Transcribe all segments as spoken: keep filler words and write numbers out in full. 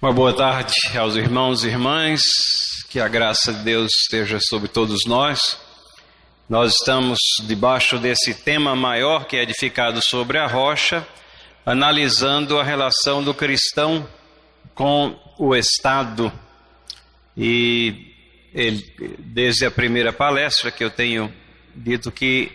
Uma boa tarde aos irmãos e irmãs, que a graça de Deus esteja sobre todos nós. Nós estamos debaixo desse tema maior que é edificado sobre a rocha, analisando a relação do cristão com o Estado. E ele, desde a primeira palestra que eu tenho dito que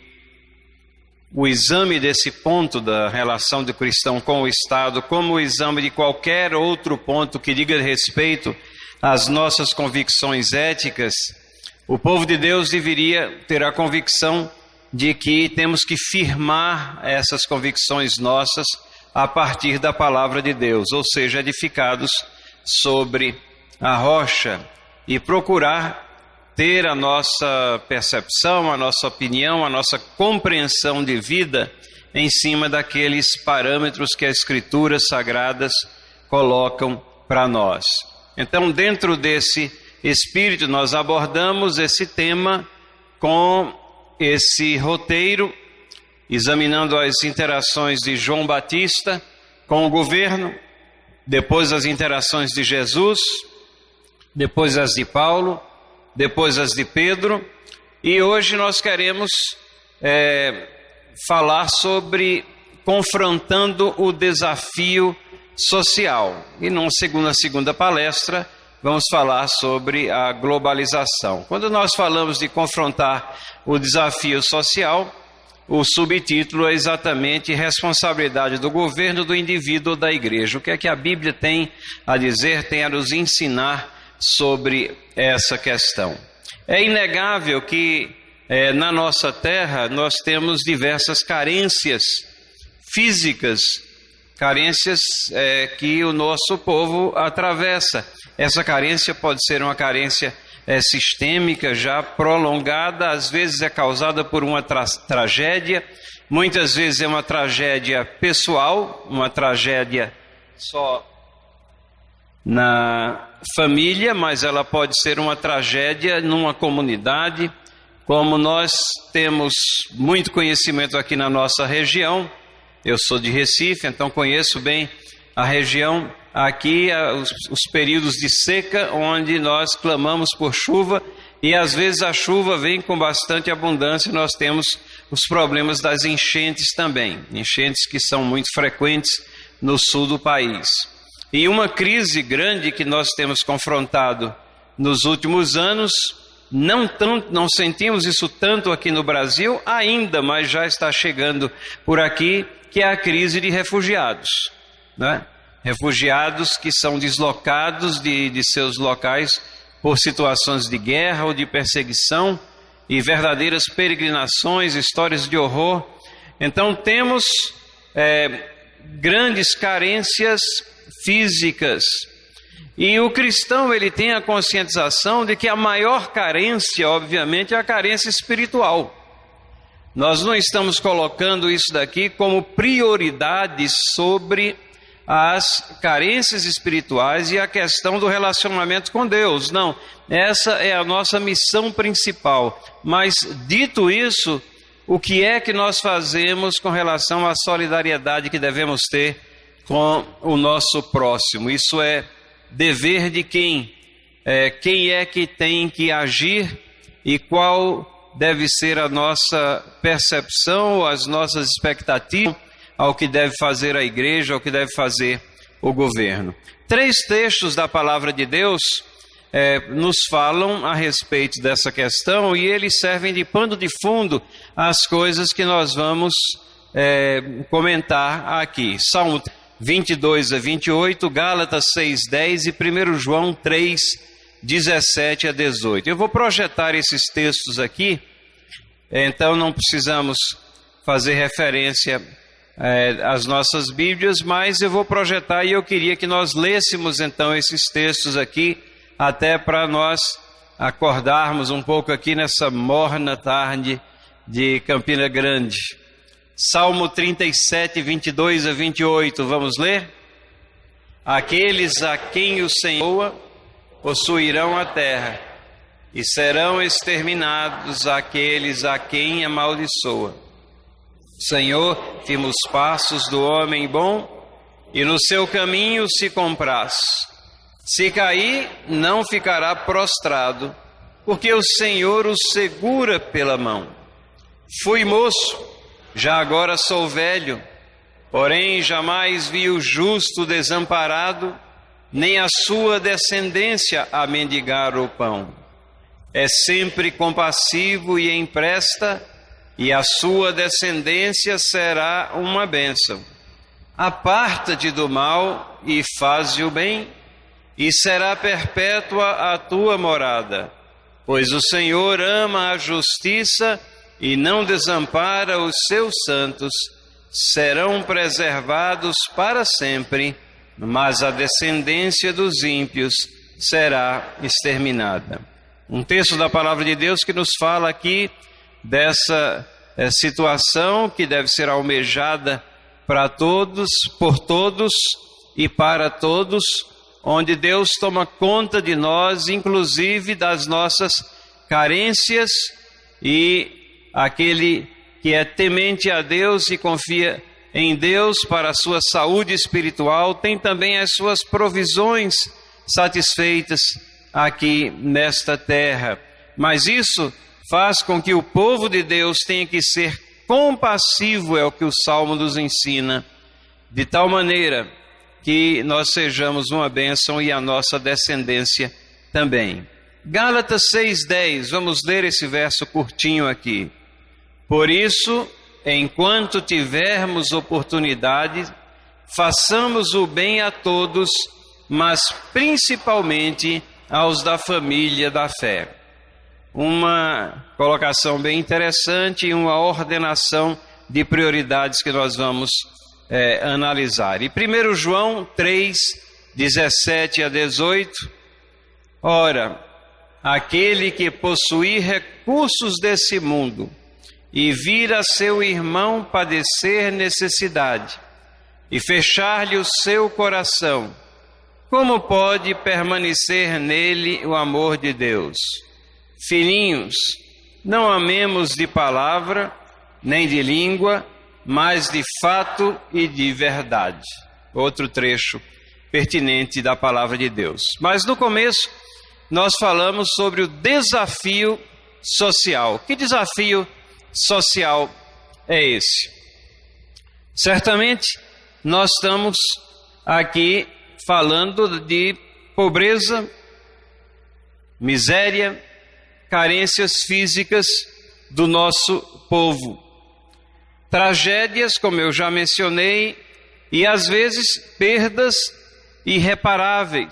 o exame desse ponto da relação do cristão com o Estado, como o exame de qualquer outro ponto que diga respeito às nossas convicções éticas, o povo de Deus deveria ter a convicção de que temos que firmar essas convicções nossas a partir da palavra de Deus, ou seja, edificados sobre a rocha, e procurar ter a nossa percepção, a nossa opinião, a nossa compreensão de vida em cima daqueles parâmetros que as Escrituras Sagradas colocam para nós. Então, dentro desse espírito, nós abordamos esse tema com esse roteiro, examinando as interações de João Batista com o governo, depois as interações de Jesus, depois as de Paulo, depois as de Pedro, e hoje nós queremos é, falar sobre confrontando o desafio social. E numa segunda, segunda palestra, vamos falar sobre a globalização. Quando nós falamos de confrontar o desafio social, o subtítulo é exatamente responsabilidade do governo, do indivíduo ou da igreja. O que é que a Bíblia tem a dizer, tem a nos ensinar sobre essa questão? É inegável que é, na nossa terra nós temos diversas carências físicas, carências é, que o nosso povo atravessa. Essa carência pode ser uma carência é, sistêmica, já prolongada, às vezes é causada por uma tra- tragédia, muitas vezes é uma tragédia pessoal, uma tragédia só na família, mas ela pode ser uma tragédia numa comunidade. Como nós temos muito conhecimento aqui na nossa região, eu sou de Recife, então conheço bem a região aqui, os, os períodos de seca, onde nós clamamos por chuva, e às vezes a chuva vem com bastante abundância, e nós temos os problemas das enchentes também, enchentes que são muito frequentes no sul do país. E uma crise grande que nós temos confrontado nos últimos anos, não, tanto, não sentimos isso tanto aqui no Brasil ainda, mas já está chegando por aqui, que é a crise de refugiados, né? Refugiados que são deslocados de, de seus locais por situações de guerra ou de perseguição e verdadeiras peregrinações, histórias de horror. Então temos é, grandes carências físicas, e o cristão ele tem a conscientização de que a maior carência, obviamente, é a carência espiritual. Nós não estamos colocando isso daqui como prioridade sobre as carências espirituais e a questão do relacionamento com Deus, não, essa é a nossa missão principal. Mas dito isso, o que é que nós fazemos com relação à solidariedade que devemos ter com o nosso próximo? Isso é dever de quem? É, quem é que tem que agir e qual deve ser a nossa percepção, as nossas expectativas ao que deve fazer a igreja, ao que deve fazer o governo. Três textos da palavra de Deus é, nos falam a respeito dessa questão, e eles servem de pano de fundo às coisas que nós vamos é, comentar aqui. Salmo vinte e dois a vinte e oito, Gálatas seis, dez e primeiro João três, dezessete a dezoito. Eu vou projetar esses textos aqui, então não precisamos fazer referência é, às nossas Bíblias, mas eu vou projetar, e eu queria que nós lêssemos então esses textos aqui, até para nós acordarmos um pouco aqui nessa morna tarde de Campina Grande. Salmo trinta e sete, vinte e dois a vinte e oito, vamos ler? Aqueles a quem o Senhor possuirão a terra, e serão exterminados aqueles a quem amaldiçoa. Senhor, firma os passos do homem bom, e no seu caminho se compraz. Se cair, não ficará prostrado, porque o Senhor o segura pela mão. Fui moço, já agora sou velho, porém jamais vi o justo desamparado, nem a sua descendência a mendigar o pão. É sempre compassivo e empresta, e a sua descendência será uma bênção. Aparta-te do mal e faze o bem, e será perpétua a tua morada. Pois o Senhor ama a justiça e não desampara os seus santos, serão preservados para sempre, mas a descendência dos ímpios será exterminada. Um texto da palavra de Deus que nos fala aqui dessa é, situação que deve ser almejada para todos, por todos e para todos, onde Deus toma conta de nós, inclusive das nossas carências, e aquele que é temente a Deus e confia em Deus para a sua saúde espiritual, tem também as suas provisões satisfeitas aqui nesta terra. Mas isso faz com que o povo de Deus tenha que ser compassivo, é o que o Salmo nos ensina, de tal maneira que nós sejamos uma bênção e a nossa descendência também. Gálatas seis, dez, vamos ler esse verso curtinho aqui. Por isso, enquanto tivermos oportunidade, façamos o bem a todos, mas principalmente aos da família da fé. Uma colocação bem interessante e uma ordenação de prioridades que nós vamos é, analisar. E primeiro João três, dezessete a dezoito, ora, aquele que possuir recursos desse mundo e vir a seu irmão padecer necessidade e fechar-lhe o seu coração, como pode permanecer nele o amor de Deus? Filhinhos, não amemos de palavra, nem de língua, mas de fato e de verdade. Outro trecho pertinente da palavra de Deus. Mas no começo, nós falamos sobre o desafio social. Que desafio social é esse? Certamente, nós estamos aqui falando de pobreza, miséria, carências físicas do nosso povo. Tragédias, como eu já mencionei, e às vezes perdas irreparáveis.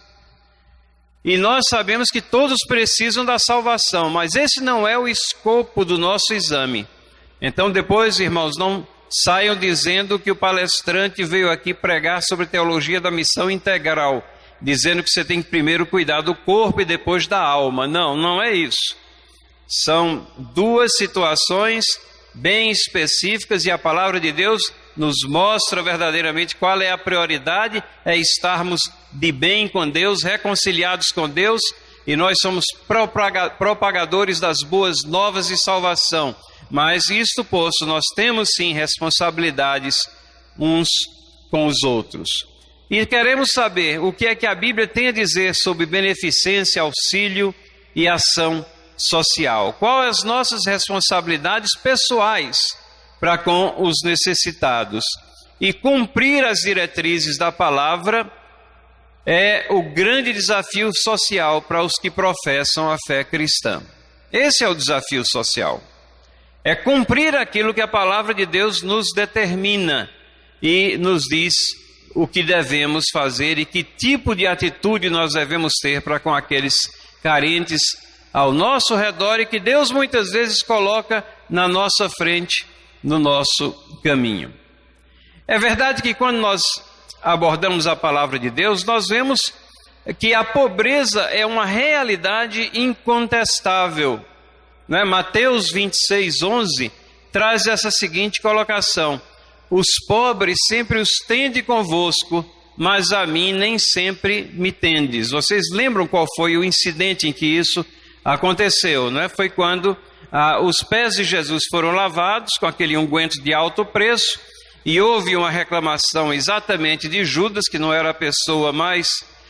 E nós sabemos que todos precisam da salvação, mas esse não é o escopo do nosso exame. Então depois, irmãos, não saiam dizendo que o palestrante veio aqui pregar sobre teologia da missão integral, dizendo que você tem que primeiro cuidar do corpo e depois da alma. Não, não é isso. São duas situações bem específicas e a palavra de Deus nos mostra verdadeiramente qual é a prioridade, é estarmos de bem com Deus, reconciliados com Deus, e nós somos propagadores das boas novas de salvação. Mas isto posto, nós temos sim responsabilidades uns com os outros. E queremos saber o que é que a Bíblia tem a dizer sobre beneficência, auxílio e ação social. Quais as nossas responsabilidades pessoais para com os necessitados? E cumprir as diretrizes da palavra é o grande desafio social para os que professam a fé cristã. Esse é o desafio social. É cumprir aquilo que a palavra de Deus nos determina e nos diz o que devemos fazer e que tipo de atitude nós devemos ter para com aqueles carentes ao nosso redor e que Deus muitas vezes coloca na nossa frente, no nosso caminho. É verdade que quando nós abordamos a palavra de Deus, nós vemos que a pobreza é uma realidade incontestável. Né? Mateus vinte e seis, onze traz essa seguinte colocação: os pobres sempre os tende convosco, mas a mim nem sempre me tendes. Vocês lembram qual foi o incidente em que isso aconteceu, não é? Foi quando ah, os pés de Jesus foram lavados com aquele unguento de alto preço, e houve uma reclamação exatamente de Judas, que não era a pessoa mais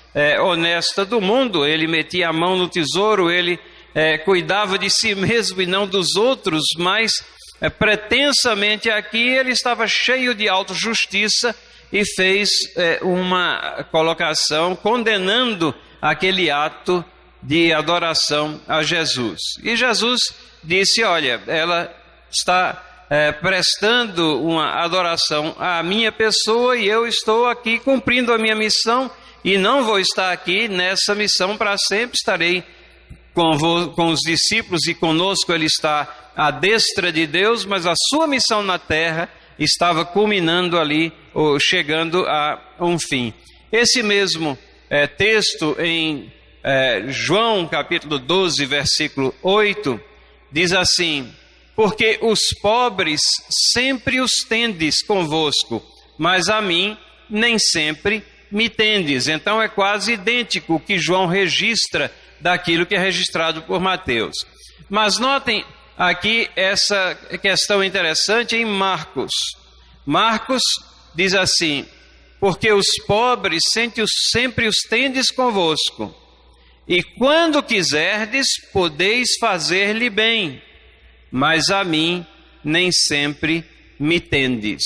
é, honesta do mundo. Ele metia a mão no tesouro, ele é, cuidava de si mesmo e não dos outros, mas é, pretensamente aqui ele estava cheio de autojustiça e fez é, uma colocação condenando aquele ato de adoração a Jesus. E Jesus disse: olha, ela está é, prestando uma adoração à minha pessoa e eu estou aqui cumprindo a minha missão e não vou estar aqui nessa missão para sempre, estarei com, com os discípulos e conosco. Ele está à destra de Deus, mas a sua missão na terra estava culminando ali, ou chegando a um fim. Esse mesmo é, texto em é, João capítulo doze, versículo oito, diz assim: porque os pobres sempre os tendes convosco, mas a mim nem sempre me tendes. Então é quase idêntico o que João registra daquilo que é registrado por Mateus. Mas notem aqui essa questão interessante em Marcos. Marcos diz assim: porque os pobres sempre os tendes convosco, e quando quiserdes podeis fazer-lhe bem, mas a mim nem sempre me tendes.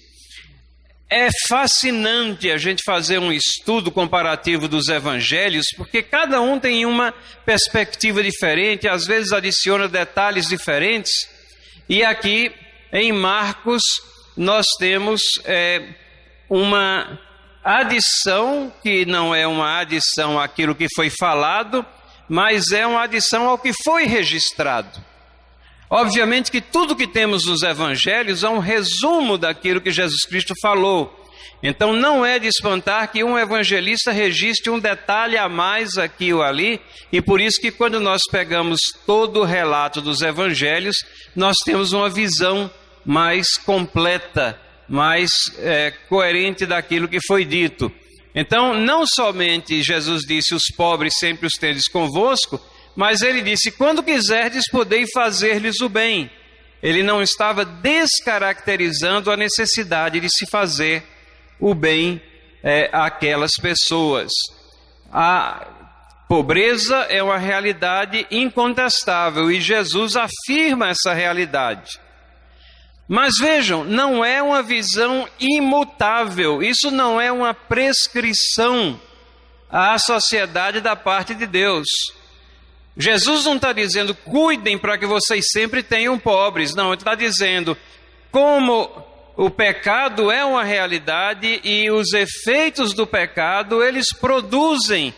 É fascinante a gente fazer um estudo comparativo dos evangelhos, porque cada um tem uma perspectiva diferente, às vezes adiciona detalhes diferentes, e aqui em Marcos nós temos é, uma adição, que não é uma adição àquilo que foi falado, mas é uma adição ao que foi registrado. Obviamente que tudo que temos nos evangelhos é um resumo daquilo que Jesus Cristo falou. Então não é de espantar que um evangelista registre um detalhe a mais aqui ou ali, e por isso que quando nós pegamos todo o relato dos evangelhos, nós temos uma visão mais completa, mais é, coerente daquilo que foi dito. Então não somente Jesus disse: os pobres sempre os tendes convosco, mas ele disse: quando quiserdes podei fazer-lhes o bem. Ele não estava descaracterizando a necessidade de se fazer o bem é, àquelas pessoas. A pobreza é uma realidade incontestável e Jesus afirma essa realidade. Mas vejam, não é uma visão imutável, isso não é uma prescrição à sociedade da parte de Deus. Jesus não está dizendo: cuidem para que vocês sempre tenham pobres. Não, ele está dizendo: como o pecado é uma realidade e os efeitos do pecado, eles produzem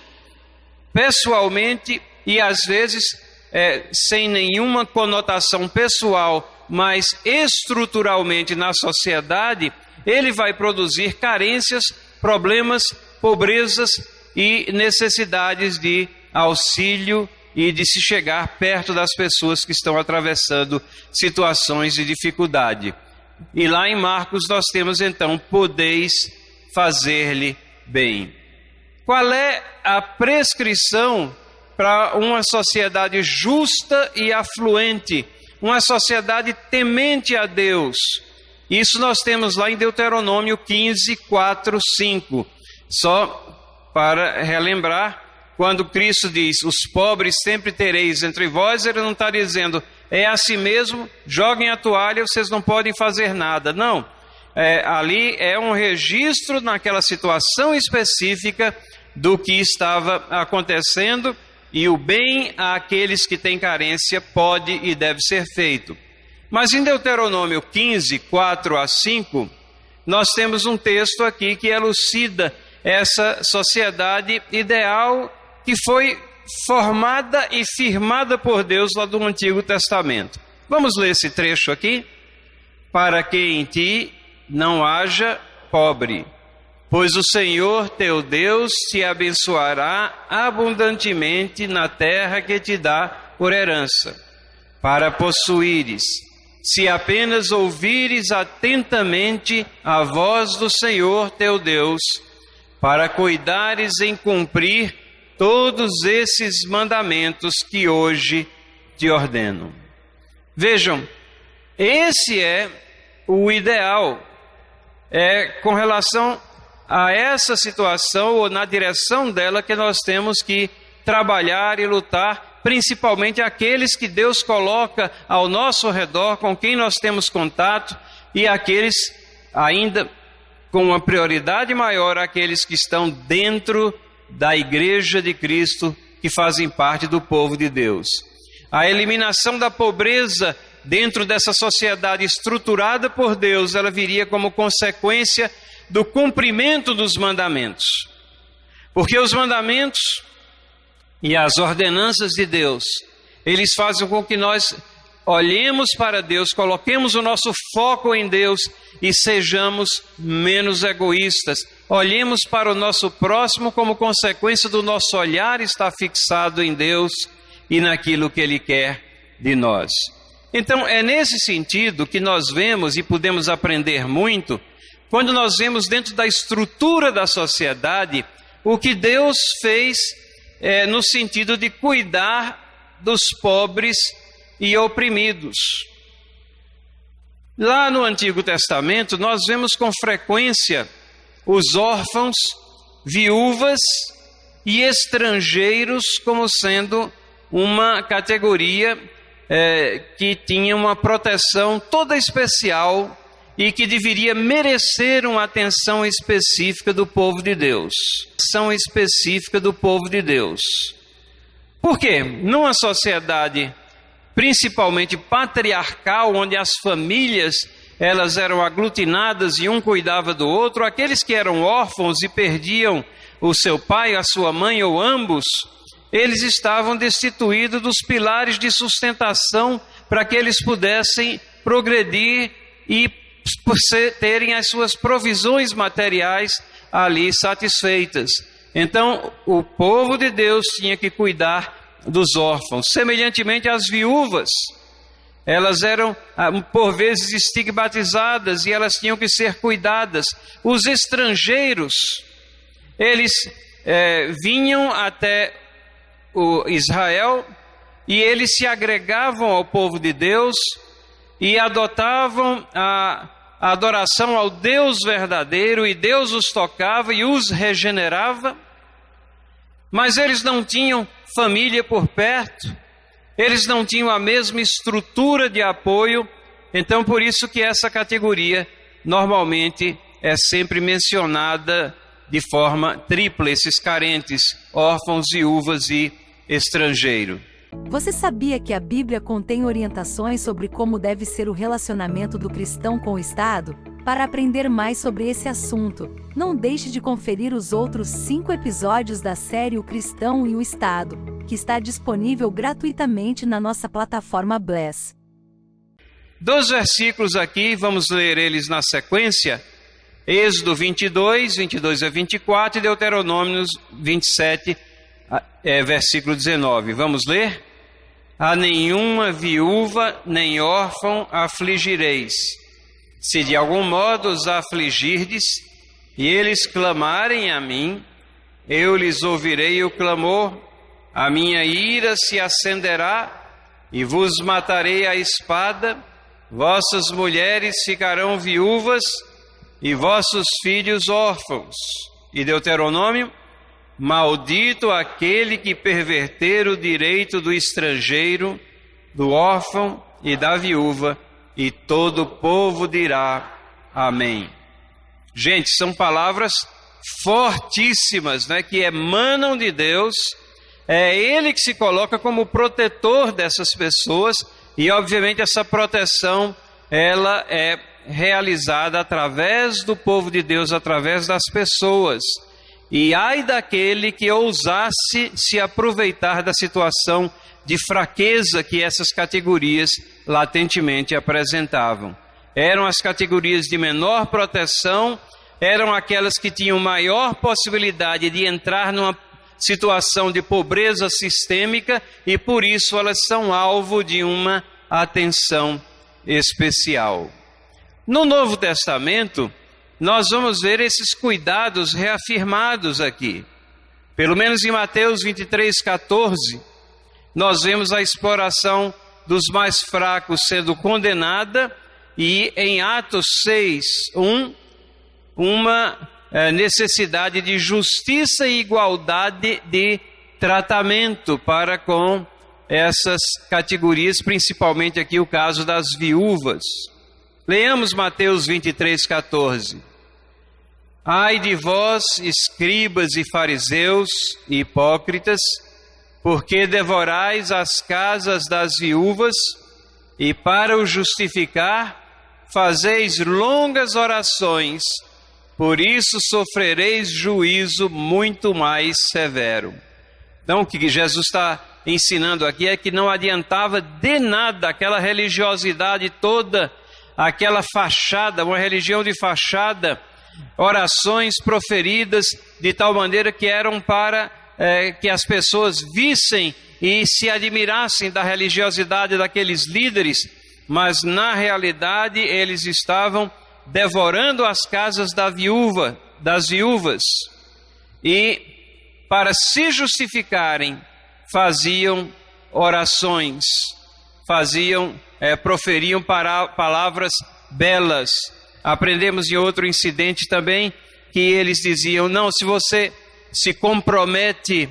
pessoalmente e às vezes é, sem nenhuma conotação pessoal, mas estruturalmente na sociedade, ele vai produzir carências, problemas, pobrezas e necessidades de auxílio e de se chegar perto das pessoas que estão atravessando situações de dificuldade. E lá em Marcos nós temos então: podeis fazer-lhe bem. Qual é a prescrição para uma sociedade justa e afluente, uma sociedade temente a Deus? Isso nós temos lá em Deuteronômio quinze, quatro, cinco. Só para relembrar, quando Cristo diz: os pobres sempre tereis entre vós, ele não está dizendo: é assim mesmo, joguem a toalha, vocês não podem fazer nada. Não, é, ali é um registro naquela situação específica do que estava acontecendo, e o bem àqueles que têm carência pode e deve ser feito. Mas em Deuteronômio quinze, quatro a cinco, nós temos um texto aqui que elucida essa sociedade ideal que foi formada e firmada por Deus lá do Antigo Testamento. Vamos ler esse trecho aqui? Para que em ti não haja pobre, pois o Senhor teu Deus te abençoará abundantemente na terra que te dá por herança, para possuíres, se apenas ouvires atentamente a voz do Senhor teu Deus, para cuidares em cumprir todos esses mandamentos que hoje te ordeno. Vejam, esse é o ideal, é com relação a essa situação, ou na direção dela, que nós temos que trabalhar e lutar, principalmente aqueles que Deus coloca ao nosso redor, com quem nós temos contato, e aqueles ainda com uma prioridade maior, aqueles que estão dentro da Igreja de Cristo, que fazem parte do povo de Deus. A eliminação da pobreza dentro dessa sociedade estruturada por Deus, ela viria como consequência do cumprimento dos mandamentos. Porque os mandamentos e as ordenanças de Deus, eles fazem com que nós olhemos para Deus, coloquemos o nosso foco em Deus e sejamos menos egoístas. Olhemos para o nosso próximo como consequência do nosso olhar estar fixado em Deus e naquilo que Ele quer de nós. Então, é nesse sentido que nós vemos e podemos aprender muito, quando nós vemos dentro da estrutura da sociedade, o que Deus fez é, no sentido de cuidar dos pobres e oprimidos. Lá no Antigo Testamento, nós vemos com frequência os órfãos, viúvas e estrangeiros como sendo uma categoria é, que tinha uma proteção toda especial e que deveria merecer uma atenção específica do povo de Deus. Atenção específica do povo de Deus. Por quê? Numa sociedade principalmente patriarcal, onde as famílias elas eram aglutinadas e um cuidava do outro, aqueles que eram órfãos e perdiam o seu pai, a sua mãe ou ambos, eles estavam destituídos dos pilares de sustentação para que eles pudessem progredir e terem as suas provisões materiais ali satisfeitas. Então, o povo de Deus tinha que cuidar dos órfãos. Semelhantemente às viúvas, elas eram por vezes estigmatizadas e elas tinham que ser cuidadas. Os estrangeiros, eles é, vinham até o Israel e eles se agregavam ao povo de Deus e adotavam a, a adoração ao Deus verdadeiro, e Deus os tocava e os regenerava, mas eles não tinham família por perto, eles não tinham a mesma estrutura de apoio. Então por isso que essa categoria normalmente é sempre mencionada de forma tripla, esses carentes, órfãos, viúvas e estrangeiro. Você sabia que a Bíblia contém orientações sobre como deve ser o relacionamento do cristão com o Estado? Para aprender mais sobre esse assunto, não deixe de conferir os outros cinco episódios da série O Cristão e o Estado, que está disponível gratuitamente na nossa plataforma Bless. Dois versículos aqui, vamos ler eles na sequência. Êxodo vinte e dois, vinte e dois a vinte e quatro, e Deuteronômio vinte e sete, é, versículo dezenove. Vamos ler? A nenhuma viúva nem órfão afligireis. Se de algum modo os afligirdes, e eles clamarem a mim, eu lhes ouvirei o clamor, a minha ira se acenderá, e vos matarei a espada, vossas mulheres ficarão viúvas, e vossos filhos órfãos. E Deuteronômio: maldito aquele que perverter o direito do estrangeiro, do órfão e da viúva, e todo o povo dirá amém. Gente, são palavras fortíssimas, né, que emanam de Deus. É Ele que se coloca como protetor dessas pessoas, e obviamente essa proteção ela é realizada através do povo de Deus, através das pessoas. E ai daquele que ousasse se aproveitar da situação de fraqueza que essas categorias latentemente apresentavam. Eram as categorias de menor proteção, eram aquelas que tinham maior possibilidade de entrar numa situação de pobreza sistêmica, e por isso elas são alvo de uma atenção especial. No Novo Testamento, nós vamos ver esses cuidados reafirmados aqui. Pelo menos em Mateus vinte e três, quatorze, nós vemos a exploração dos mais fracos sendo condenada, e em Atos seis, um, uma é, necessidade de justiça e igualdade de tratamento para com essas categorias, principalmente aqui o caso das viúvas. Leamos Mateus vinte e três, quatorze. Ai de vós, escribas e fariseus e hipócritas, porque devorais as casas das viúvas e para o justificar fazeis longas orações, por isso sofrereis juízo muito mais severo. Então o que Jesus está ensinando aqui é que não adiantava de nada aquela religiosidade toda, aquela fachada, uma religião de fachada, orações proferidas de tal maneira que eram para é, que as pessoas vissem e se admirassem da religiosidade daqueles líderes, mas na realidade eles estavam devorando as casas da viúva, das viúvas, e para se justificarem faziam orações, faziam, é, proferiam para, palavras belas. Aprendemos em outro incidente também que eles diziam: não, se você se compromete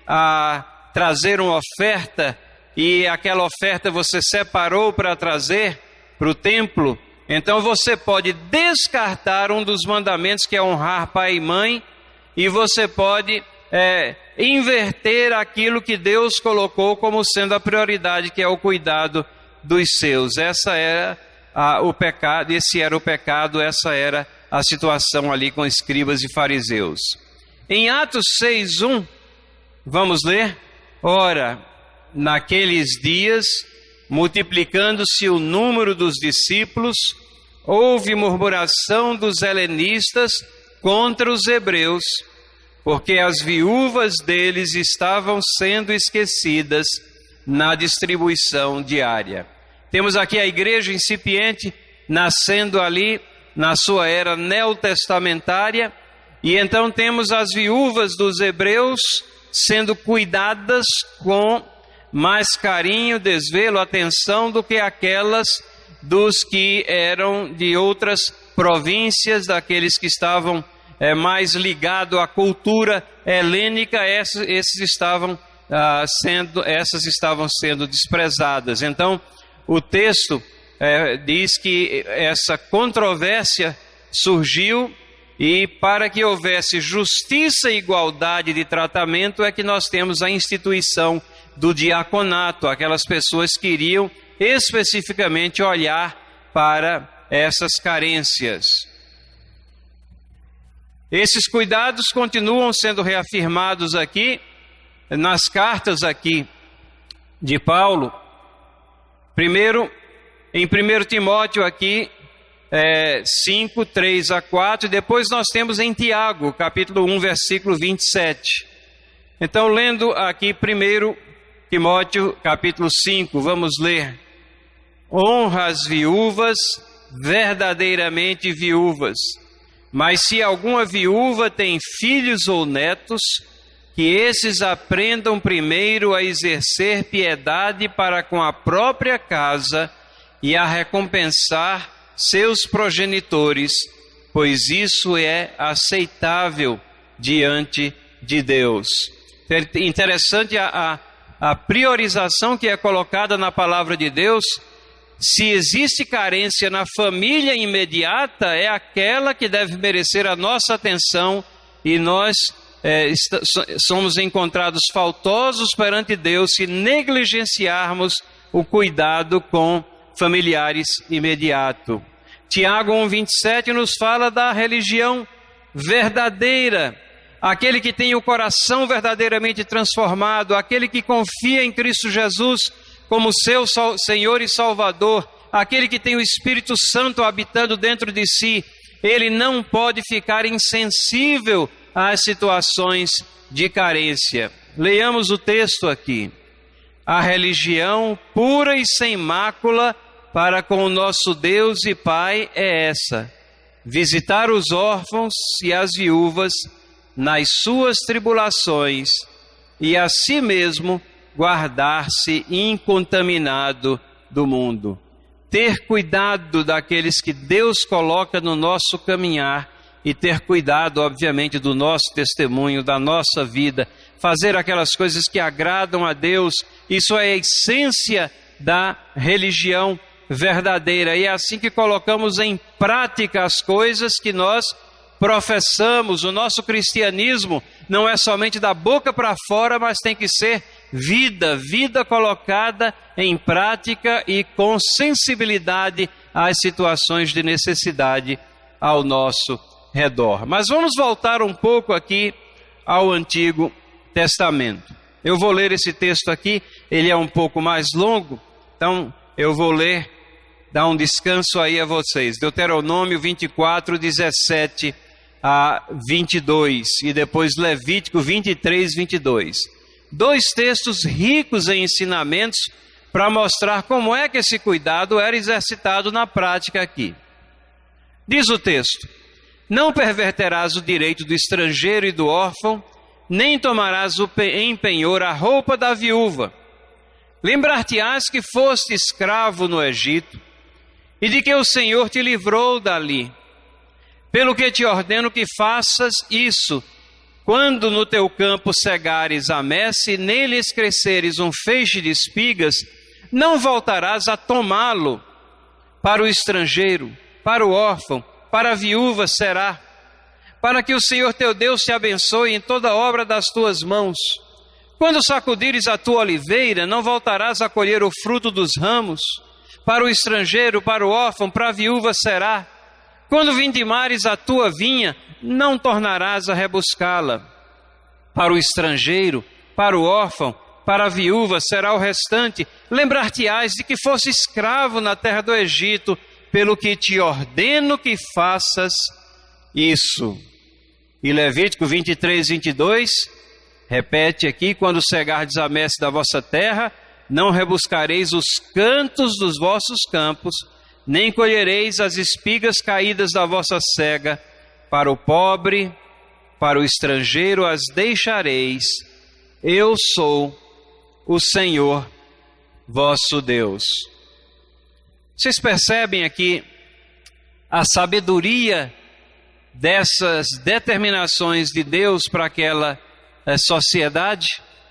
a trazer uma oferta e aquela oferta você separou para trazer para o templo, então você pode descartar um dos mandamentos, que é honrar pai e mãe, e você pode é, inverter aquilo que Deus colocou como sendo a prioridade, que é o cuidado dos seus. Essa era a, o pecado, esse era o pecado, essa era a situação ali com escribas e fariseus. Em Atos seis, um, vamos ler? Ora, naqueles dias, multiplicando-se o número dos discípulos, houve murmuração dos helenistas contra os hebreus, porque as viúvas deles estavam sendo esquecidas na distribuição diária. Temos aqui a igreja incipiente, nascendo ali na sua era neotestamentária, e então temos as viúvas dos hebreus sendo cuidadas com mais carinho, desvelo, atenção do que aquelas dos que eram de outras províncias, daqueles que estavam é, mais ligados à cultura helênica. Esses, esses estavam, ah, sendo, essas estavam sendo desprezadas. Então, o texto é, diz que essa controvérsia surgiu, e para que houvesse justiça e igualdade de tratamento é que nós temos a instituição do diaconato. Aquelas pessoas que iriam especificamente olhar para essas carências. Esses cuidados continuam sendo reafirmados aqui nas cartas aqui de Paulo. Primeiro, em primeiro Timóteo aqui, é, cinco, três a quatro, e depois nós temos em Tiago, capítulo um, versículo vinte e sete. Então, lendo aqui primeiro Timóteo, capítulo cinco, vamos ler. Honra as viúvas, verdadeiramente viúvas, mas se alguma viúva tem filhos ou netos, que esses aprendam primeiro a exercer piedade para com a própria casa e a recompensar seus progenitores, pois isso é aceitável diante de Deus. É interessante a, a, a priorização que é colocada na palavra de Deus. Se existe carência na família imediata, é aquela que deve merecer a nossa atenção, e nós é, est- somos encontrados faltosos perante Deus se negligenciarmos o cuidado com familiares imediato. Tiago um, vinte e sete nos fala da religião verdadeira, aquele que tem o coração verdadeiramente transformado, aquele que confia em Cristo Jesus como seu Senhor e Salvador, aquele que tem o Espírito Santo habitando dentro de si. Ele não pode ficar insensível às situações de carência. Leiamos o texto aqui. A religião pura e sem mácula para com o nosso Deus e Pai é essa: visitar os órfãos e as viúvas nas suas tribulações, e a si mesmo guardar-se incontaminado do mundo. Ter cuidado daqueles que Deus coloca no nosso caminhar e ter cuidado, obviamente, do nosso testemunho, da nossa vida, fazer aquelas coisas que agradam a Deus. Isso é a essência da religião verdadeira, e é assim que colocamos em prática as coisas que nós professamos. O nosso cristianismo não é somente da boca para fora, mas tem que ser vida, vida colocada em prática e com sensibilidade às situações de necessidade ao nosso redor. Mas vamos voltar um pouco aqui ao Antigo Testamento. Eu vou ler esse texto aqui, ele é um pouco mais longo, então eu vou ler, dar um descanso aí a vocês. Deuteronômio vinte e quatro, dezessete a vinte e dois, e depois Levítico vinte e três, vinte e dois. Dois textos ricos em ensinamentos para mostrar como é que esse cuidado era exercitado na prática aqui. Diz o texto: não perverterás o direito do estrangeiro e do órfão, nem tomarás em penhor a roupa da viúva. Lembrar-te-ás que foste escravo no Egito, e de que o Senhor te livrou dali. Pelo que te ordeno que faças isso, quando no teu campo cegares a messe e neles cresceres um feixe de espigas, não voltarás a tomá-lo. Para o estrangeiro, para o órfão, para a viúva será, para que o Senhor teu Deus te abençoe em toda obra das tuas mãos. Quando sacudires a tua oliveira, não voltarás a colher o fruto dos ramos. Para o estrangeiro, para o órfão, para a viúva será. Quando vindimares a tua vinha, não tornarás a rebuscá-la. Para o estrangeiro, para o órfão, para a viúva será o restante. Lembrar-te-ás de que fosse escravo na terra do Egito, pelo que te ordeno que faças isso. E Levítico vinte e três, vinte e dois, repete aqui: quando cegardes a messe da vossa terra, não rebuscareis os cantos dos vossos campos, nem colhereis as espigas caídas da vossa cega. Para o pobre, para o estrangeiro as deixareis. Eu sou o Senhor vosso Deus. Vocês percebem aqui a sabedoria dessas determinações de Deus para aquela eh, sociedade?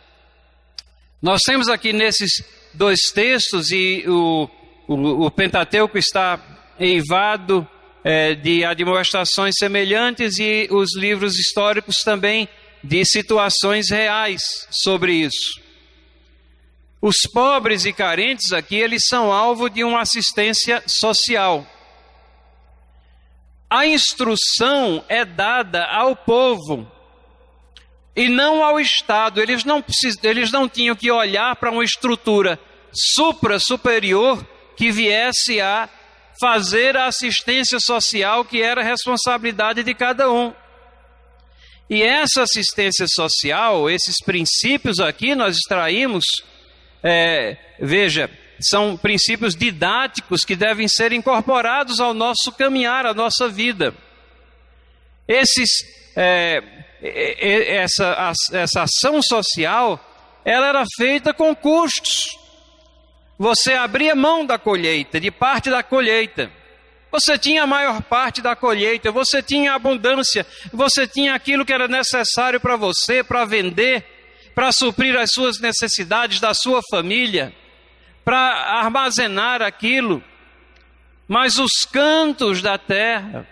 Nós temos aqui nesses dois textos, e o, o, o Pentateuco está eivado é, de admoestações semelhantes, e os livros históricos também de situações reais sobre isso. Os pobres e carentes aqui, eles são alvo de uma assistência social. A instrução é dada ao povo e não ao Estado. Eles não, precis, eles não tinham que olhar para uma estrutura supra-superior que viesse a fazer a assistência social, que era responsabilidade de cada um. E essa assistência social, esses princípios aqui nós extraímos, é, veja, são princípios didáticos que devem ser incorporados ao nosso caminhar, à nossa vida. Esses, é, essa, essa ação social, ela era feita com custos. Você abria mão da colheita, de parte da colheita. Você tinha a maior parte da colheita, você tinha abundância, você tinha aquilo que era necessário para você, para vender, para suprir as suas necessidades da sua família, para armazenar aquilo. Mas os cantos da terra,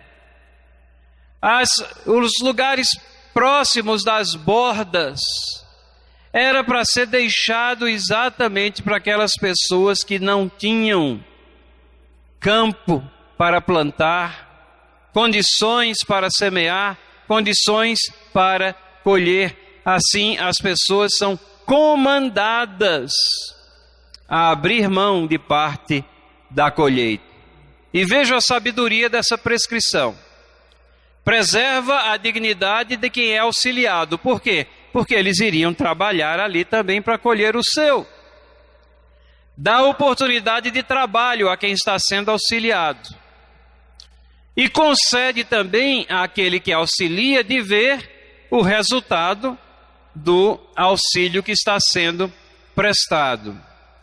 as, os lugares próximos das bordas, era para ser deixado exatamente para aquelas pessoas que não tinham campo para plantar, condições para semear, condições para colher. Assim, as pessoas são comandadas a abrir mão de parte da colheita. E veja a sabedoria dessa prescrição. Preserva a dignidade de quem é auxiliado. Por quê? Porque eles iriam trabalhar ali também para colher o seu. Dá oportunidade de trabalho a quem está sendo auxiliado. E concede também àquele que auxilia de ver o resultado do auxílio que está sendo prestado.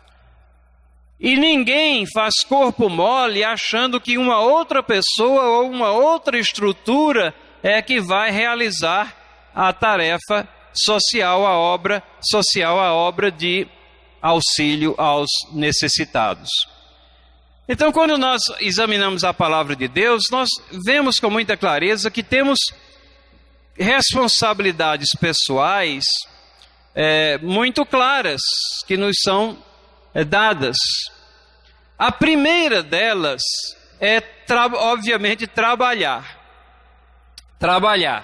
E ninguém faz corpo mole achando que uma outra pessoa ou uma outra estrutura é que vai realizar a tarefa social, a obra social, a obra de auxílio aos necessitados. Então, quando nós examinamos a palavra de Deus, nós vemos com muita clareza que temos responsabilidades pessoais é, muito claras que nos são é, dadas. A primeira delas é, tra- obviamente, trabalhar. Trabalhar.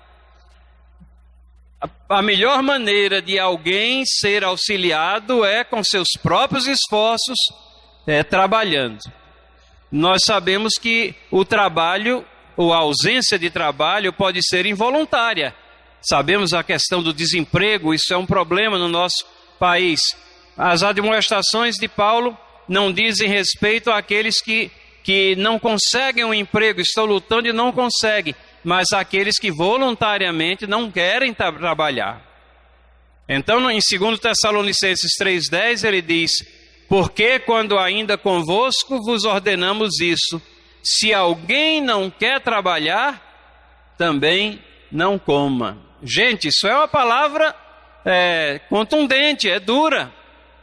A, a melhor maneira de alguém ser auxiliado é com seus próprios esforços, é, trabalhando. Nós sabemos que o trabalho, ou a ausência de trabalho, pode ser involuntária. Sabemos a questão do desemprego, isso é um problema no nosso país. As admoestações de Paulo não dizem respeito àqueles que, que não conseguem um emprego, estão lutando e não conseguem, mas àqueles que voluntariamente não querem tra- trabalhar. Então, em dois Tessalonicenses três dez, ele diz: porque quando ainda convosco vos ordenamos isso, se alguém não quer trabalhar, também não coma. Gente, isso é uma palavra é, contundente, é dura.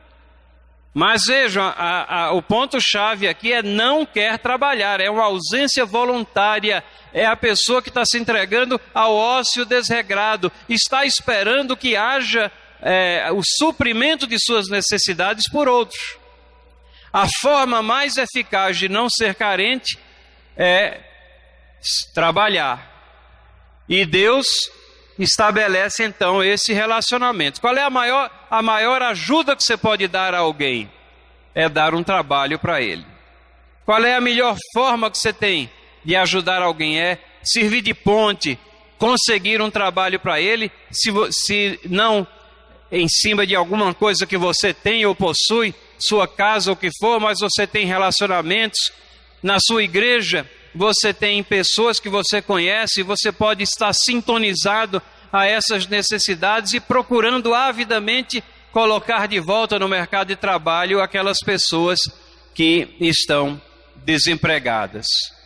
Mas vejam, a, a, o ponto-chave aqui é não quer trabalhar, é uma ausência voluntária, é a pessoa que está se entregando ao ócio desregrado, está esperando que haja é, o suprimento de suas necessidades por outros. A forma mais eficaz de não ser carente é trabalhar. E Deus estabelece então esse relacionamento. Qual é a maior, a maior ajuda que você pode dar a alguém? É dar um trabalho para ele. Qual é a melhor forma que você tem de ajudar alguém? É servir de ponte, conseguir um trabalho para ele, se, se não em cima de alguma coisa que você tem ou possui, sua casa ou o que for, mas você tem relacionamentos na sua igreja, você tem pessoas que você conhece, você pode estar sintonizado a essas necessidades e procurando avidamente colocar de volta no mercado de trabalho aquelas pessoas que estão desempregadas.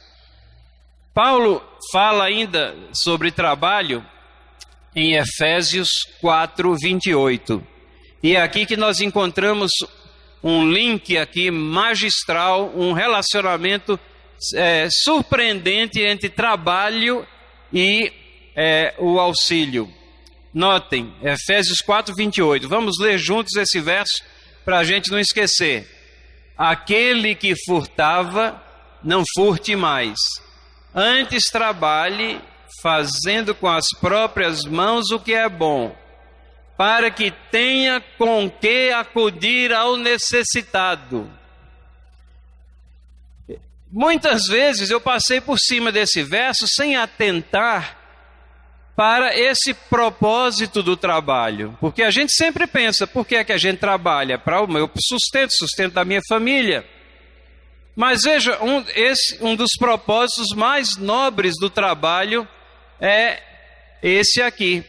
Paulo fala ainda sobre trabalho em Efésios quatro, vinte e oito. E é aqui que nós encontramos um link aqui magistral, um relacionamento é, surpreendente entre trabalho e é, o auxílio. Notem, Efésios quatro, vinte e oito. Vamos ler juntos esse verso para a gente não esquecer. Aquele que furtava, não furte mais. Antes trabalhe, fazendo com as próprias mãos o que é bom, para que tenha com que acudir ao necessitado. Muitas vezes eu passei por cima desse verso sem atentar para esse propósito do trabalho, porque a gente sempre pensa, por que é que a gente trabalha? Para o meu sustento, sustento da minha família. Mas veja, um, esse, um dos propósitos mais nobres do trabalho é esse aqui.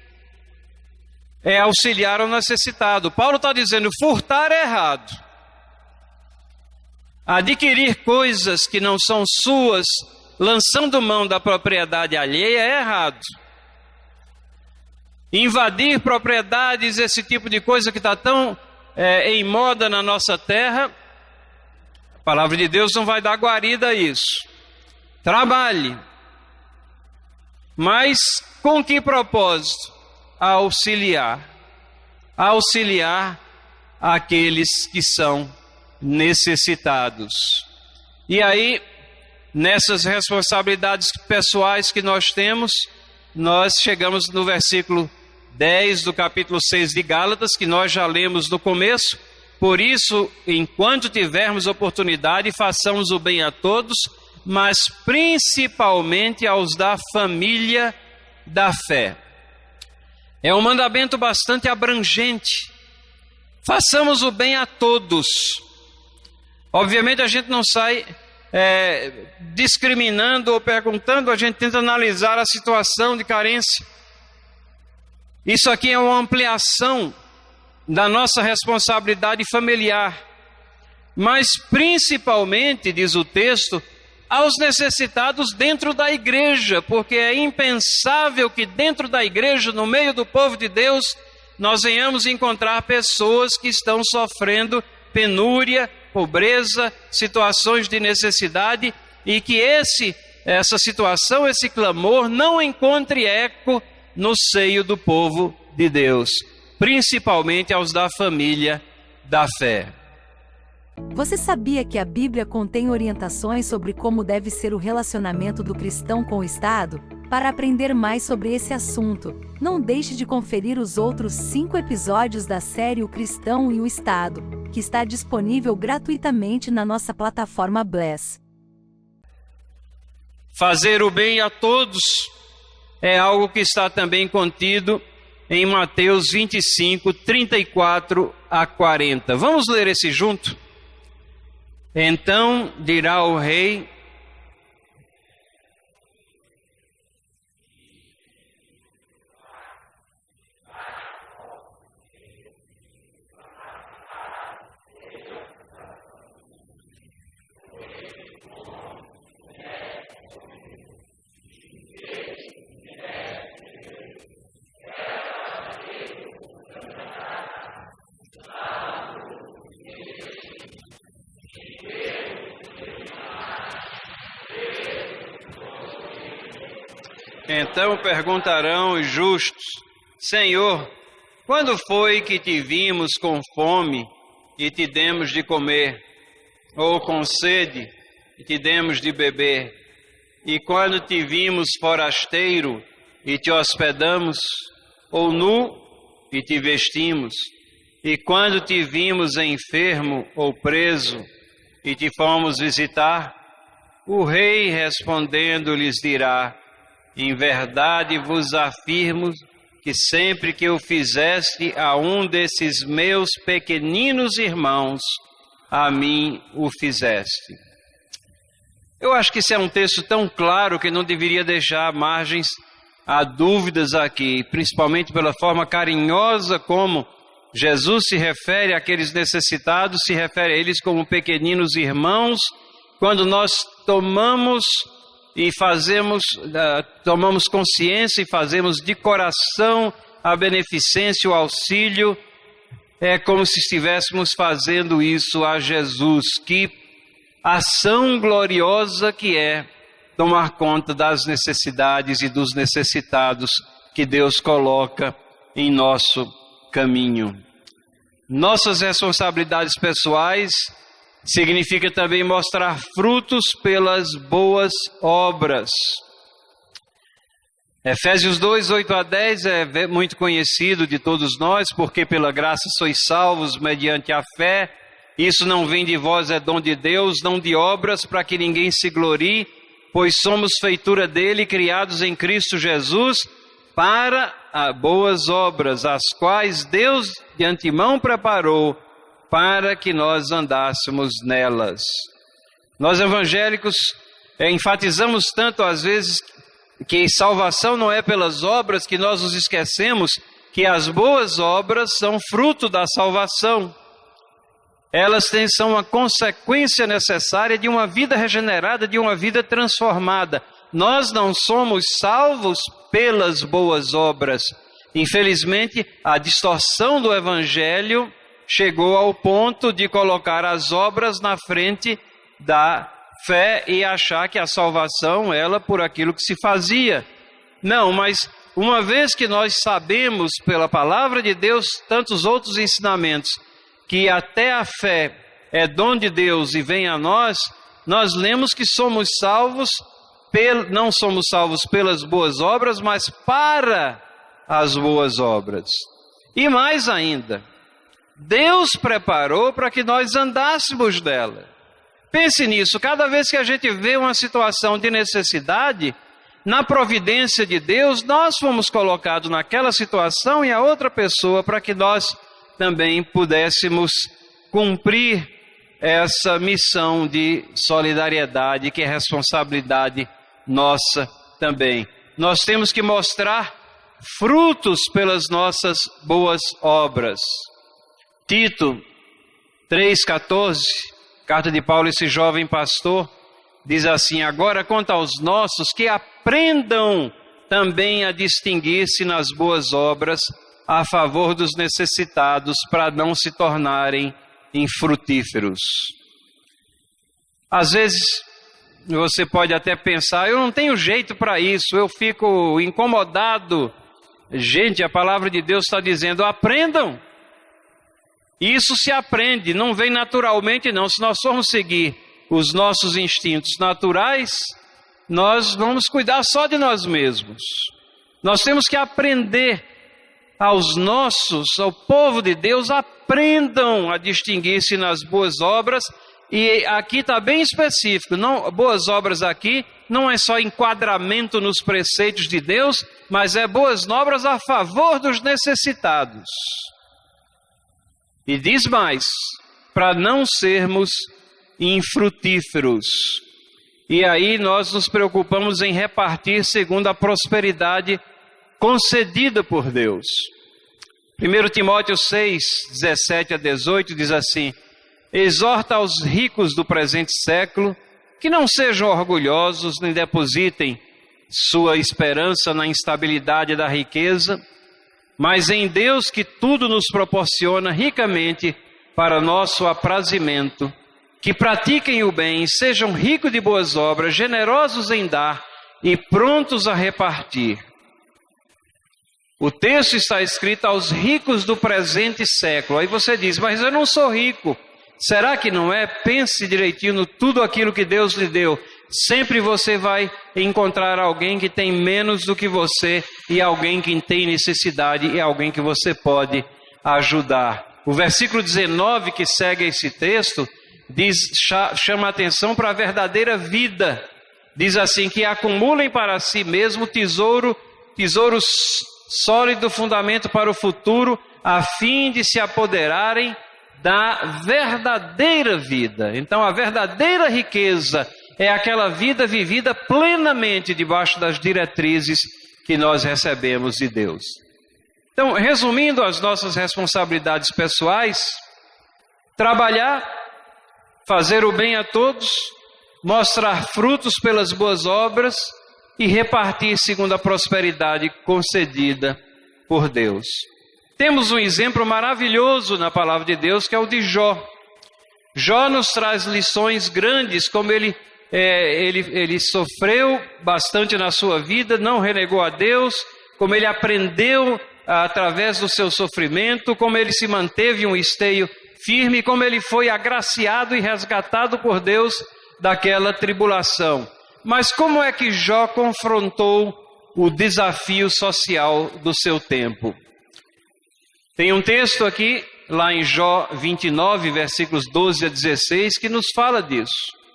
É auxiliar ao necessitado. Paulo está dizendo, furtar é errado. Adquirir coisas que não são suas, lançando mão da propriedade alheia, é errado. Invadir propriedades, esse tipo de coisa que está tão é, em moda na nossa terra, a palavra de Deus não vai dar guarida a isso. Trabalhe. Mas com que propósito? Auxiliar. Auxiliar aqueles que são necessitados. E aí, nessas responsabilidades pessoais que nós temos, nós chegamos no versículo dez do capítulo seis de Gálatas, que nós já lemos no começo. Por isso, enquanto tivermos oportunidade, façamos o bem a todos, mas principalmente aos da família da fé. É um mandamento bastante abrangente. Façamos o bem a todos. Obviamente a gente não sai é, discriminando ou perguntando, a gente tenta analisar a situação de carência. Isso aqui é uma ampliação da nossa responsabilidade familiar. Mas principalmente, diz o texto, aos necessitados dentro da igreja, porque é impensável que dentro da igreja, no meio do povo de Deus, nós venhamos encontrar pessoas que estão sofrendo penúria, pobreza, situações de necessidade, e que esse, essa situação, esse clamor não encontre eco no seio do povo de Deus, principalmente aos da família da fé. Você sabia que a Bíblia contém orientações sobre como deve ser o relacionamento do cristão com o Estado? Para aprender mais sobre esse assunto, não deixe de conferir os outros cinco episódios da série O Cristão e o Estado, que está disponível gratuitamente na nossa plataforma Bless. Fazer o bem a todos é algo que está também contido em Mateus vinte e cinco, trinta e quatro a quarenta. Vamos ler esse junto? Então dirá o rei: Então perguntarão os justos: Senhor, quando foi que te vimos com fome e te demos de comer, ou com sede e te demos de beber? E quando te vimos forasteiro e te hospedamos, ou nu e te vestimos? E quando te vimos enfermo ou preso e te fomos visitar? O rei respondendo lhes dirá: em verdade vos afirmo que sempre que o fizeste a um desses meus pequeninos irmãos, a mim o fizeste. Eu acho que esse é um texto tão claro que não deveria deixar margens a dúvidas aqui, principalmente pela forma carinhosa como Jesus se refere àqueles necessitados, se refere a eles como pequeninos irmãos, quando nós tomamos e fazemos, uh, tomamos consciência e fazemos de coração a beneficência, o auxílio, é como se estivéssemos fazendo isso a Jesus. Que ação gloriosa que é tomar conta das necessidades e dos necessitados que Deus coloca em nosso caminho. Nossas responsabilidades pessoais significa também mostrar frutos pelas boas obras. Efésios dois, oito a dez é muito conhecido de todos nós, porque pela graça sois salvos mediante a fé. Isso não vem de vós, é dom de Deus, não de obras, para que ninguém se glorie, pois somos feitura dele, criados em Cristo Jesus, para as boas obras, as quais Deus de antemão preparou para que nós andássemos nelas. Nós evangélicos é, enfatizamos tanto às vezes que salvação não é pelas obras, que nós nos esquecemos que as boas obras são fruto da salvação. Elas têm, são uma consequência necessária de uma vida regenerada, de uma vida transformada. Nós não somos salvos pelas boas obras. Infelizmente, a distorção do evangelho chegou ao ponto de colocar as obras na frente da fé e achar que a salvação ela por aquilo que se fazia. Não, mas uma vez que nós sabemos pela palavra de Deus tantos outros ensinamentos, que até a fé é dom de Deus e vem a nós, nós lemos que somos salvos, pel, não somos salvos pelas boas obras, mas para as boas obras. E mais ainda, Deus preparou para que nós andássemos dela. Pense nisso, cada vez que a gente vê uma situação de necessidade, na providência de Deus, nós fomos colocados naquela situação e a outra pessoa para que nós também pudéssemos cumprir essa missão de solidariedade, que é responsabilidade nossa também. Nós temos que mostrar frutos pelas nossas boas obras. Tito três, quatorze, carta de Paulo a esse jovem pastor, diz assim: agora quanto aos nossos, que aprendam também a distinguir-se nas boas obras a favor dos necessitados, para não se tornarem infrutíferos. Às vezes você pode até pensar: eu não tenho jeito para isso, eu fico incomodado. Gente, a palavra de Deus está dizendo: aprendam. Isso se aprende, não vem naturalmente não. Se nós formos seguir os nossos instintos naturais, nós vamos cuidar só de nós mesmos. Nós temos que aprender. Aos nossos, ao povo de Deus, aprendam a distinguir-se nas boas obras. E aqui está bem específico, não, boas obras aqui não é só enquadramento nos preceitos de Deus, mas é boas obras a favor dos necessitados. E diz mais: para não sermos infrutíferos. E aí nós nos preocupamos em repartir segundo a prosperidade concedida por Deus. primeiro Timóteo seis, dezessete a dezoito diz assim: exorta aos ricos do presente século que não sejam orgulhosos, nem depositem sua esperança na instabilidade da riqueza, mas em Deus, que tudo nos proporciona ricamente para nosso aprazimento, que pratiquem o bem, sejam ricos de boas obras, generosos em dar e prontos a repartir. O texto está escrito aos ricos do presente século. Aí você diz: mas eu não sou rico. Será que não é? Pense direitinho no tudo aquilo que Deus lhe deu. Sempre você vai encontrar alguém que tem menos do que você, e alguém que tem necessidade, e alguém que você pode ajudar. O versículo dezenove que segue esse texto diz, chama a atenção para a verdadeira vida. Diz assim: que acumulem para si mesmo tesouro, tesouros sólido fundamento para o futuro, a fim de se apoderarem da verdadeira vida. Então, a verdadeira riqueza é aquela vida vivida plenamente debaixo das diretrizes que nós recebemos de Deus. Então, resumindo as nossas responsabilidades pessoais: trabalhar, fazer o bem a todos, mostrar frutos pelas boas obras e repartir segundo a prosperidade concedida por Deus. Temos um exemplo maravilhoso na palavra de Deus, que é o de Jó. Jó nos traz lições grandes, como ele, é, ele, ele sofreu bastante na sua vida, não renegou a Deus, como ele aprendeu através do seu sofrimento, como ele se manteve um esteio firme, como ele foi agraciado e resgatado por Deus daquela tribulação. Mas como é que Jó confrontou o desafio social do seu tempo? Tem um texto aqui, lá em Jó vinte e nove, versículos doze a dezesseis, que nos fala disso.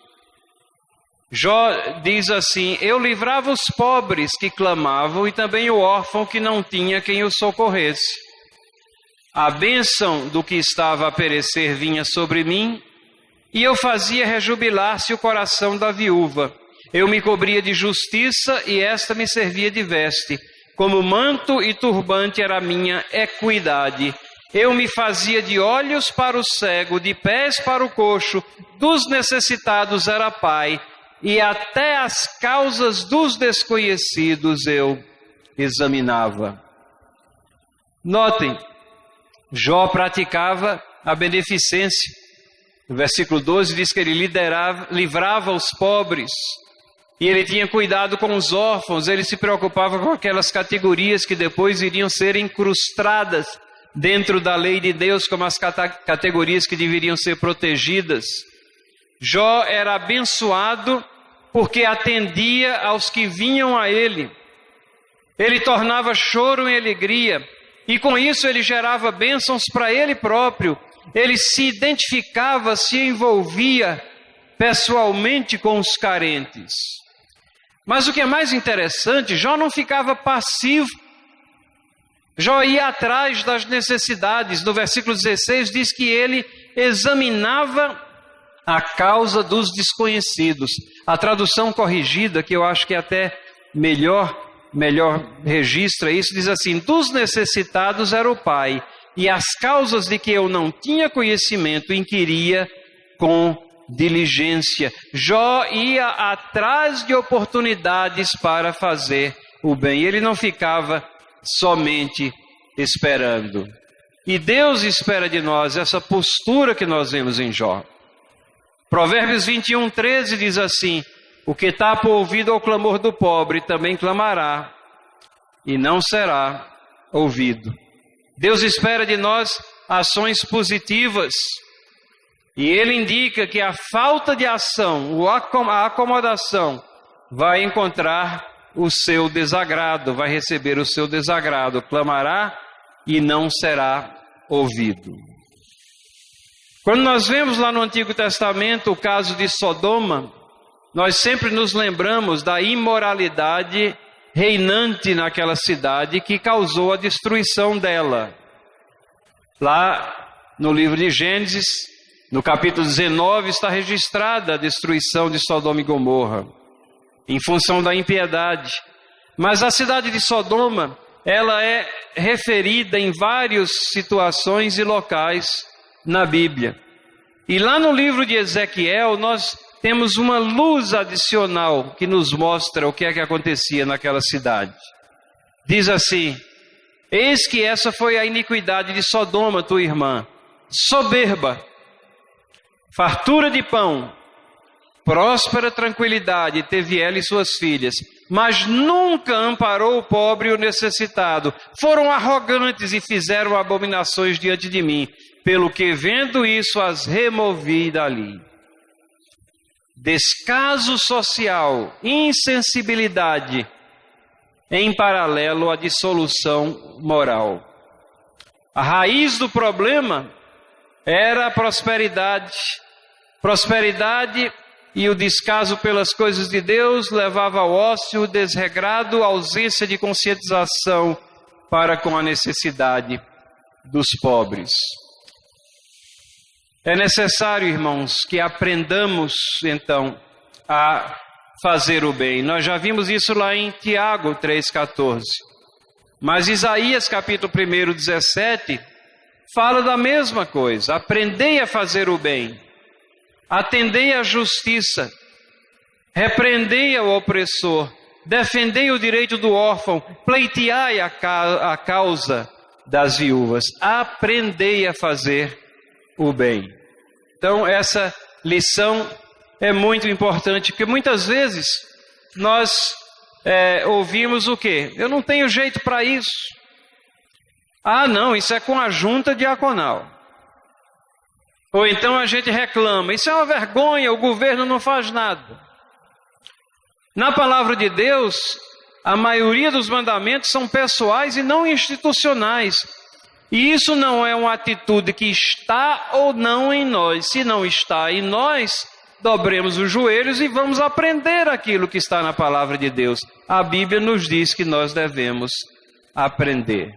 Jó diz assim: eu livrava os pobres que clamavam, e também o órfão que não tinha quem o socorresse. A bênção do que estava a perecer vinha sobre mim, e eu fazia rejubilar-se o coração da viúva. Eu me cobria de justiça, e esta me servia de veste. Como manto e turbante era a minha equidade. Eu me fazia de olhos para o cego, de pés para o coxo, dos necessitados era pai, e até as causas dos desconhecidos eu examinava. Notem, Jó praticava a beneficência. No versículo doze diz que ele liderava, livrava os pobres, e ele tinha cuidado com os órfãos, ele se preocupava com aquelas categorias que depois iriam ser incrustadas dentro da lei de Deus, como as categorias que deveriam ser protegidas. Jó era abençoado porque atendia aos que vinham a ele. Ele tornava choro em alegria, e com isso ele gerava bênçãos para ele próprio. Ele se identificava, se envolvia pessoalmente com os carentes. Mas o que é mais interessante, Jó não ficava passivo. Jó ia atrás das necessidades. No versículo dezesseis diz que ele examinava a causa dos desconhecidos. A tradução corrigida, que eu acho que é até melhor, melhor registra isso, diz assim: dos necessitados era o pai, e as causas de que eu não tinha conhecimento inquiria com diligência. Jó ia atrás de oportunidades para fazer o bem. Ele não ficava somente esperando. E Deus espera de nós essa postura que nós vemos em Jó. Provérbios vinte e um, treze diz assim: o que tapa o ouvido ao clamor do pobre também clamará, e não será ouvido. Deus espera de nós ações positivas, e Ele indica que a falta de ação, a acomodação, vai encontrar o seu desagrado, vai receber o seu desagrado, clamará e não será ouvido. Quando nós vemos lá no Antigo Testamento o caso de Sodoma, nós sempre nos lembramos da imoralidade reinante naquela cidade que causou a destruição dela. Lá no livro de Gênesis, no capítulo dezenove, está registrada a destruição de Sodoma e Gomorra, em função da impiedade. Mas a cidade de Sodoma, ela é referida em várias situações e locais na Bíblia. E lá no livro de Ezequiel, nós temos uma luz adicional que nos mostra o que é que acontecia naquela cidade. Diz assim: eis que essa foi a iniquidade de Sodoma, tua irmã, soberba, fartura de pão, próspera tranquilidade teve ela e suas filhas, mas nunca amparou o pobre e o necessitado. Foram arrogantes e fizeram abominações diante de mim, pelo que vendo isso as removi dali. Descaso social, insensibilidade, em paralelo à dissolução moral. A raiz do problema era a prosperidade. Prosperidade e o descaso pelas coisas de Deus levava ao ócio desregrado, a ausência de conscientização para com a necessidade dos pobres. É necessário, irmãos, que aprendamos, então, a fazer o bem. Nós já vimos isso lá em Tiago três, quatorze. Mas Isaías, capítulo um, dezessete, fala da mesma coisa. Aprendei a fazer o bem, atendei à justiça, repreendei ao opressor, defendei o direito do órfão, pleiteai a, ca- a causa das viúvas. Aprendei a fazer o bem. Então essa lição é muito importante, porque muitas vezes nós é, ouvimos o quê? Eu não tenho jeito para isso. Ah não, isso é com a junta diaconal. Ou então a gente reclama, isso é uma vergonha, o governo não faz nada. Na palavra de Deus, a maioria dos mandamentos são pessoais e não institucionais. E isso não é uma atitude que está ou não em nós. Se não está em nós, dobremos os joelhos e vamos aprender aquilo que está na palavra de Deus. A Bíblia nos diz que nós devemos aprender.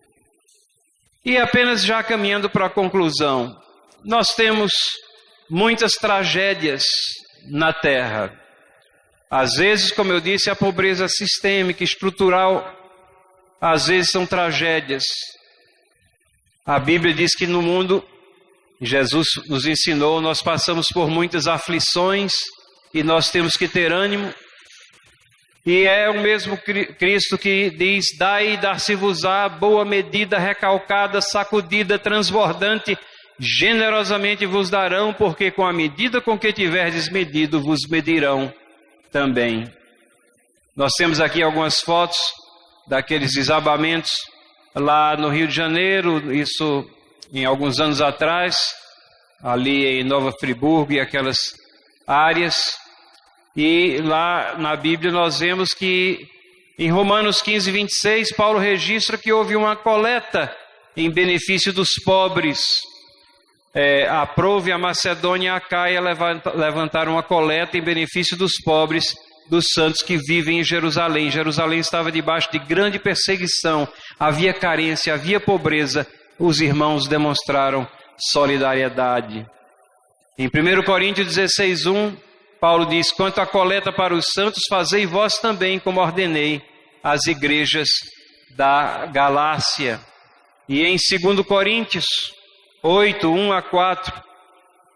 E apenas já caminhando para a conclusão, nós temos muitas tragédias na terra. Às vezes, como eu disse, a pobreza sistêmica, estrutural, às vezes são tragédias. A Bíblia diz que no mundo, Jesus nos ensinou, nós passamos por muitas aflições e nós temos que ter ânimo. E é o mesmo Cristo que diz: dai e dar-se-vos-á, boa medida, recalcada, sacudida, transbordante, generosamente vos darão, porque com a medida com que tiverdes medido, vos medirão também. Nós temos aqui algumas fotos daqueles desabamentos lá no Rio de Janeiro, isso em alguns anos atrás, ali em Nova Friburgo e aquelas áreas. E lá na Bíblia nós vemos que em Romanos quinze, vinte e seis, Paulo registra que houve uma coleta em benefício dos pobres. É, aprove a Macedônia e a Acaia levantaram uma coleta em benefício dos pobres, dos santos que vivem em Jerusalém. Jerusalém estava debaixo de grande perseguição, havia carência, havia pobreza. Os irmãos demonstraram solidariedade. Em primeiro Coríntios dezesseis, um, Paulo diz: quanto à coleta para os santos, fazei vós também, como ordenei às igrejas da Galácia. E em segundo Coríntios oito, um a quatro,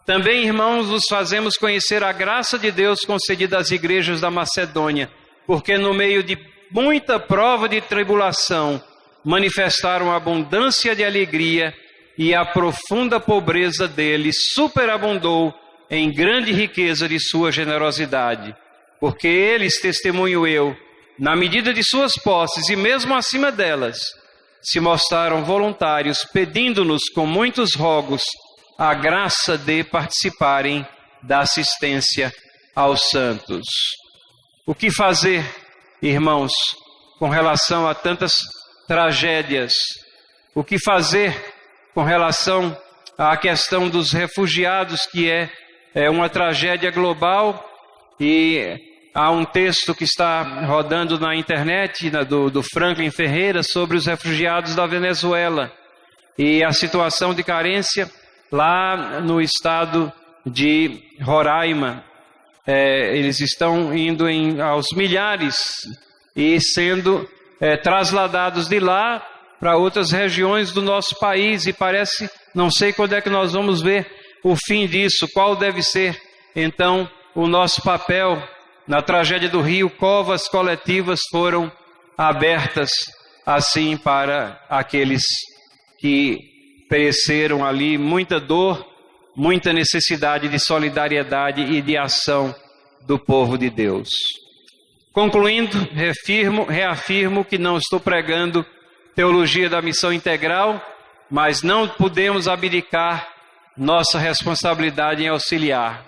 Também, irmãos, nos fazemos conhecer a graça de Deus concedida às igrejas da Macedônia, porque no meio de muita prova de tribulação, manifestaram abundância de alegria, e a profunda pobreza deles superabundou em grande riqueza de sua generosidade. Porque eles, testemunho eu, na medida de suas posses e mesmo acima delas, se mostraram voluntários, pedindo-nos com muitos rogos a graça de participarem da assistência aos santos. O que fazer, irmãos, com relação a tantas tragédias? O que fazer com relação à questão dos refugiados, que é, é uma tragédia global? E há um texto que está rodando na internet, na, do, do Franklin Ferreira, sobre os refugiados da Venezuela e a situação de carência lá no estado de Roraima. É, eles estão indo em, aos milhares e sendo é, trasladados de lá para outras regiões do nosso país, e parece, não sei quando é que nós vamos ver o fim disso, qual deve ser então o nosso papel. Na tragédia do Rio, covas coletivas foram abertas assim para aqueles que pereceram ali, muita dor, muita necessidade de solidariedade e de ação do povo de Deus. Concluindo, reafirmo, reafirmo que não estou pregando teologia da missão integral, mas não podemos abdicar nossa responsabilidade em auxiliar.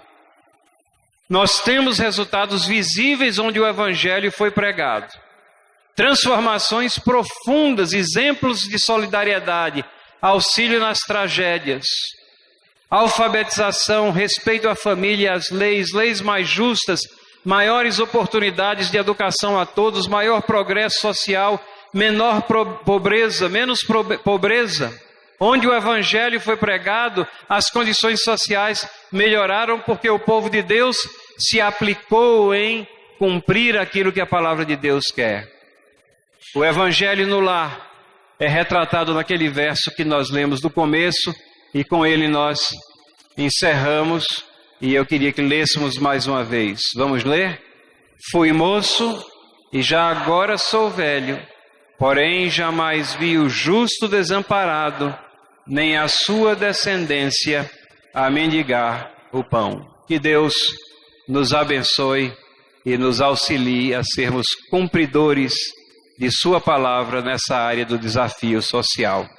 Nós temos resultados visíveis onde o Evangelho foi pregado. Transformações profundas, exemplos de solidariedade, auxílio nas tragédias, alfabetização, respeito à família, às leis, leis mais justas, maiores oportunidades de educação a todos, maior progresso social, menor pobreza, menos pobreza. Onde o Evangelho foi pregado, as condições sociais melhoraram, porque o povo de Deus se aplicou em cumprir aquilo que a palavra de Deus quer. O Evangelho no lar é retratado naquele verso que nós lemos do começo, e com ele nós encerramos, e eu queria que lêssemos mais uma vez. Vamos ler? Fui moço e já agora sou velho, porém jamais vi o justo desamparado, nem a sua descendência a mendigar o pão. Que Deus nos abençoe e nos auxilie a sermos cumpridores de sua palavra nessa área do desafio social.